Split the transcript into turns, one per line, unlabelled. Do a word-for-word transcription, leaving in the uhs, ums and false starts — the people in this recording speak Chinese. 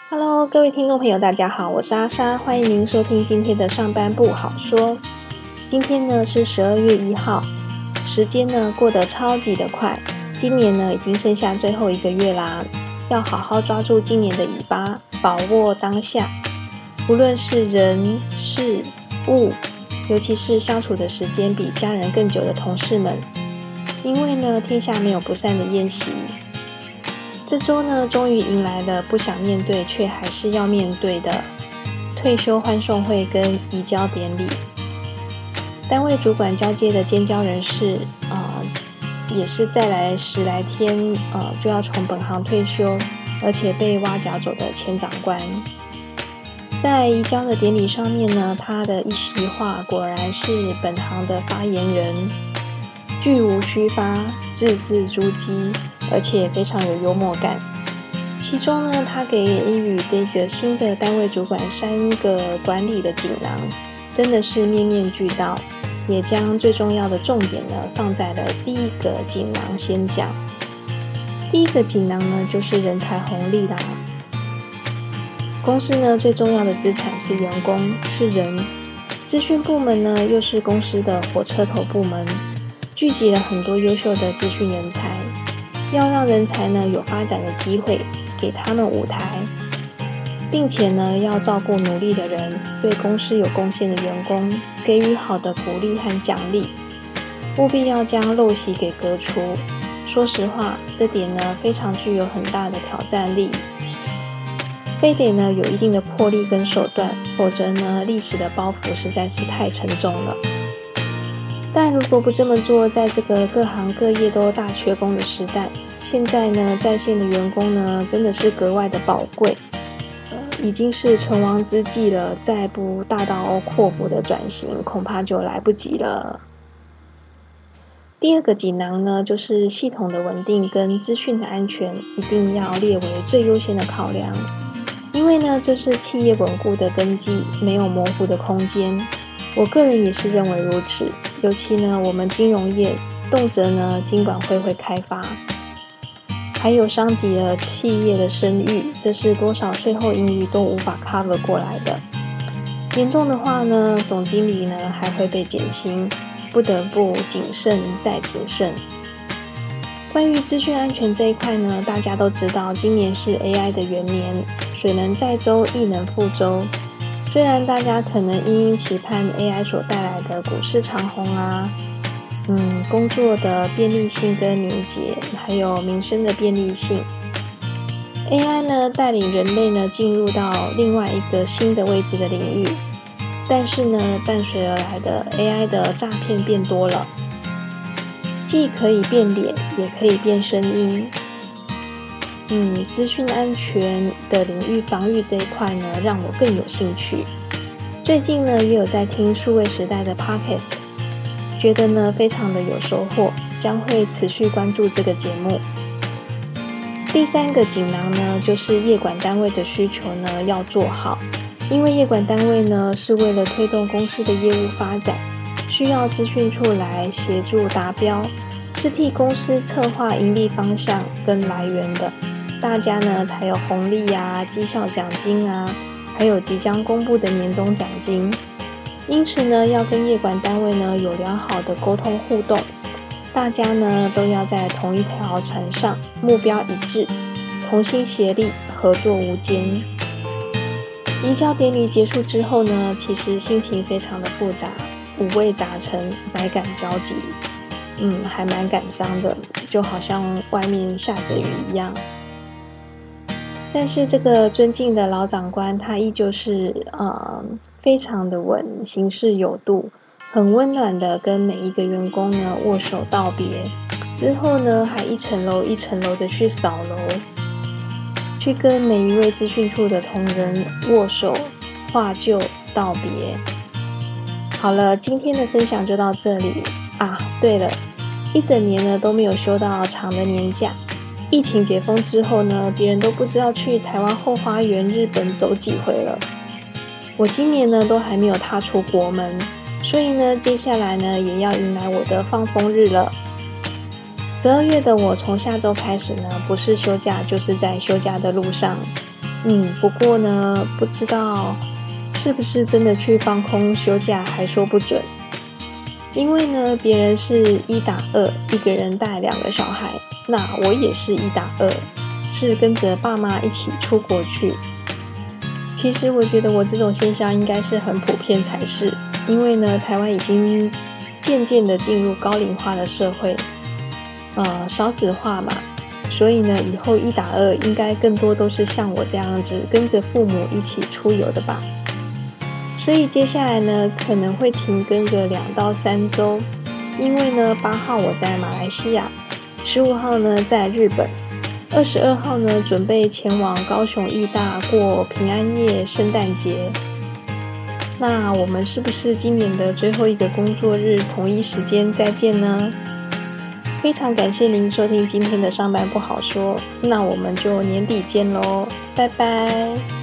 Hello， 各位听众朋友，大家好，我是阿莎，欢迎您收听今天的上班不好说。今天呢是十二月一号，时间呢过得超级的快，今年呢已经剩下最后一个月啦，要好好抓住今年的尾巴，把握当下。无论是人、事、物，尤其是相处的时间比家人更久的同事们，因为呢天下没有不散的宴席。这周呢，终于迎来了不想面对却还是要面对的退休欢送会跟移交典礼。单位主管交接的尖交人士，呃，也是再来十来天，呃，就要从本行退休，而且被挖角走的前长官。在移交的典礼上面呢，他的一席话果然是本行的发言人，巨无虚发，字字珠玑。而且非常有幽默感。其中呢，他给予这个新的单位主管三个管理的锦囊，真的是面面俱到，也将最重要的重点呢放在了第一个锦囊先讲。第一个锦囊呢，就是人才红利啦。公司呢最重要的资产是员工，是人。资讯部门呢又是公司的火车头部门，聚集了很多优秀的资讯人才。要让人才呢有发展的机会，给他们舞台，并且呢要照顾努力的人，对公司有贡献的员工给予好的鼓励和奖励，务必要将陋习给革除。说实话，这点呢非常具有很大的挑战力，非得呢有一定的魄力跟手段，否则呢历史的包袱实在是太沉重了。但如果不这么做，在这个各行各业都大缺工的时代，现在呢在线的员工呢真的是格外的宝贵，呃，已经是存亡之际了，再不大刀阔斧的转型，恐怕就来不及了。第二个锦囊呢，就是系统的稳定跟资讯的安全一定要列为最优先的考量，因为呢这是企业稳固的根基，没有模糊的空间。我个人也是认为如此，尤其呢我们金融业动辄呢金管会会开发，还有伤及了企业的声誉，这是多少税后盈余都无法 cover 过来的。严重的话呢，总经理呢还会被减薪，不得不谨慎再谨慎。关于资讯安全这一块呢，大家都知道今年是 A I 的元年，水能载舟亦能覆舟。虽然大家可能殷殷期盼 A I 所带来的股市长红啊，嗯，工作的便利性跟敏捷，还有民生的便利性 ，A I 呢带领人类呢进入到另外一个新的位置的领域，但是呢，伴随而来的 A I 的诈骗变多了，既可以变脸，也可以变声音。嗯，资讯安全的领域防御这一块呢，让我更有兴趣。最近呢，也有在听数位时代的 Podcast， 觉得呢非常的有收获，将会持续关注这个节目。第三个锦囊呢，就是业管单位的需求呢要做好，因为业管单位呢是为了推动公司的业务发展，需要资讯处来协助达标，是替公司策划盈利方向跟来源的。大家呢才有红利啊、绩效奖金啊，还有即将公布的年终奖金。因此呢，要跟业管单位呢有良好的沟通互动，大家呢都要在同一条船上，目标一致，同心协力，合作无间。移交典礼结束之后呢，其实心情非常的复杂，五味杂陈，百感交集，嗯，还蛮感伤的，就好像外面下着雨一样。但是这个尊敬的老长官，他依旧是呃非常的稳，行事有度，很温暖的跟每一个员工呢握手道别，之后呢还一层楼一层楼的去扫楼，去跟每一位资讯处的同仁握手画旧道别。好了，今天的分享就到这里啊。对了，一整年呢都没有休到长的年假。疫情解封之后呢，别人都不知道去台湾后花园、日本走几回了。我今年呢都还没有踏出国门，所以呢，接下来呢也要迎来我的放风日了。十二月的我从下周开始呢，不是休假就是在休假的路上。 嗯，不过呢，不知道是不是真的去放空休假还说不准。因为呢，别人是一打二，一个人带两个小孩，那我也是一打二，是跟着爸妈一起出国去。其实我觉得我这种现象应该是很普遍才是，因为呢，台湾已经渐渐的进入高龄化的社会，呃，少子化嘛，所以呢，以后一打二应该更多都是像我这样子跟着父母一起出游的吧。所以接下来呢，可能会停更个两到三周，因为呢，八号我在马来西亚，十五号呢在日本，二十二号呢准备前往高雄义大过平安夜、圣诞节。那我们是不是今年的最后一个工作日同一时间再见呢？非常感谢您收听今天的上班不好说，那我们就年底见咯，拜拜。